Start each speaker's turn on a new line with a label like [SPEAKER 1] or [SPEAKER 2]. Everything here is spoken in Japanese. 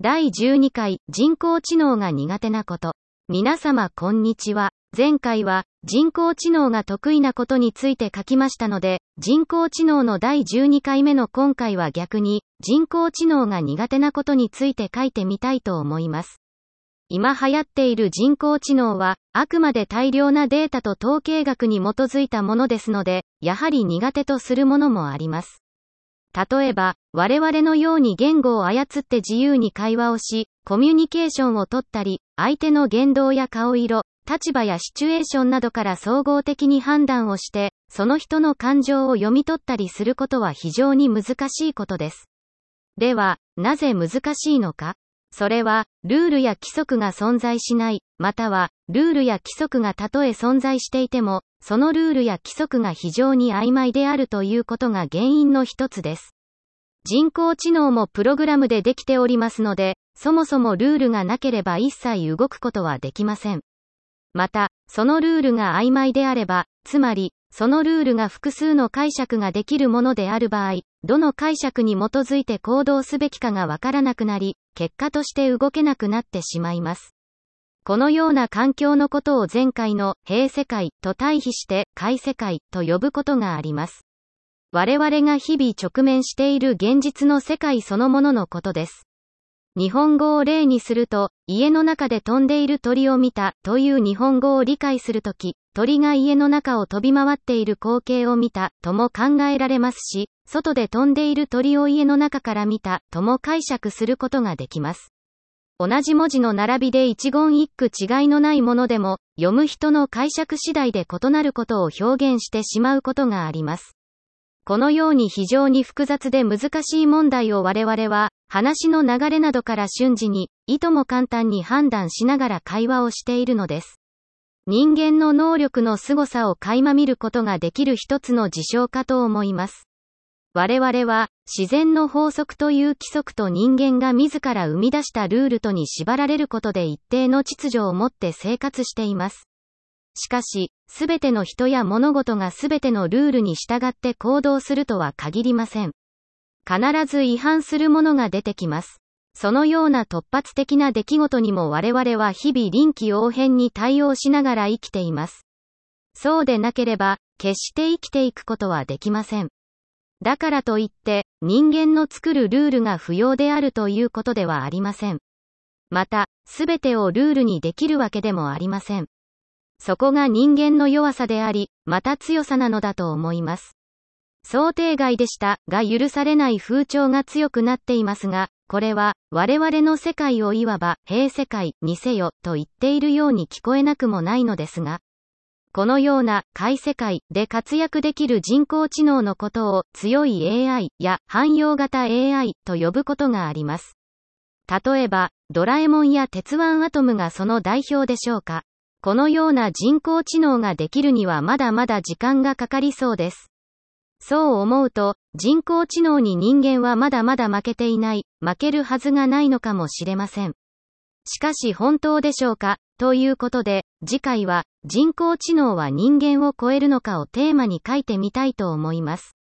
[SPEAKER 1] 第12回人工知能が苦手なこと。皆様こんにちは。前回は人工知能が得意なことについて書きましたので、人工知能の第12回目の今回は逆に人工知能が苦手なことについて書いてみたいと思います。今流行っている人工知能はあくまで大量なデータと統計学に基づいたものですので、やはり苦手とするものもあります。例えば、我々のように言語を操って自由に会話をし、コミュニケーションをとったり、相手の言動や顔色、立場やシチュエーションなどから総合的に判断をして、その人の感情を読み取ったりすることは非常に難しいことです。では、なぜ難しいのか？それは、ルールや規則が存在しない、または、ルールや規則がたとえ存在していても、そのルールや規則が非常に曖昧であるということが原因の一つです。人工知能もプログラムでできておりますので、そもそもルールがなければ一切動くことはできません。また、そのルールが曖昧であれば、つまり、そのルールが複数の解釈ができるものである場合、どの解釈に基づいて行動すべきかがわからなくなり、結果として動けなくなってしまいます。このような環境のことを前回の平世界と対比して界世界と呼ぶことがあります。我々が日々直面している現実の世界そのもののことです。日本語を例にすると、家の中で飛んでいる鳥を見たという日本語を理解するとき、鳥が家の中を飛び回っている光景を見たとも考えられますし、外で飛んでいる鳥を家の中から見たとも解釈することができます。同じ文字の並びで一言一句違いのないものでも、読む人の解釈次第で異なることを表現してしまうことがあります。このように非常に複雑で難しい問題を我々は、話の流れなどから瞬時に、いとも簡単に判断しながら会話をしているのです。人間の能力の凄さを垣間見ることができる一つの事象かと思います。我々は、自然の法則という規則と人間が自ら生み出したルールとに縛られることで一定の秩序を持って生活しています。しかし、すべての人や物事がすべてのルールに従って行動するとは限りません。必ず違反するものが出てきます。そのような突発的な出来事にも我々は日々臨機応変に対応しながら生きています。そうでなければ、決して生きていくことはできません。だからといって、人間の作るルールが不要であるということではありません。また、すべてをルールにできるわけでもありません。そこが人間の弱さであり、また強さなのだと思います。想定外でしたが許されない風潮が強くなっていますが、これは我々の世界をいわば平世界にせよと言っているように聞こえなくもないのですが、このような界世界で活躍できる人工知能のことを強い AI や汎用型 AI と呼ぶことがあります。例えば、ドラえもんや鉄腕アトムがその代表でしょうか。このような人工知能ができるにはまだまだ時間がかかりそうです。そう思うと、人工知能に人間はまだまだ負けていない、負けるはずがないのかもしれません。しかし本当でしょうか？ということで、次回は、人工知能は人間を超えるのかをテーマに書いてみたいと思います。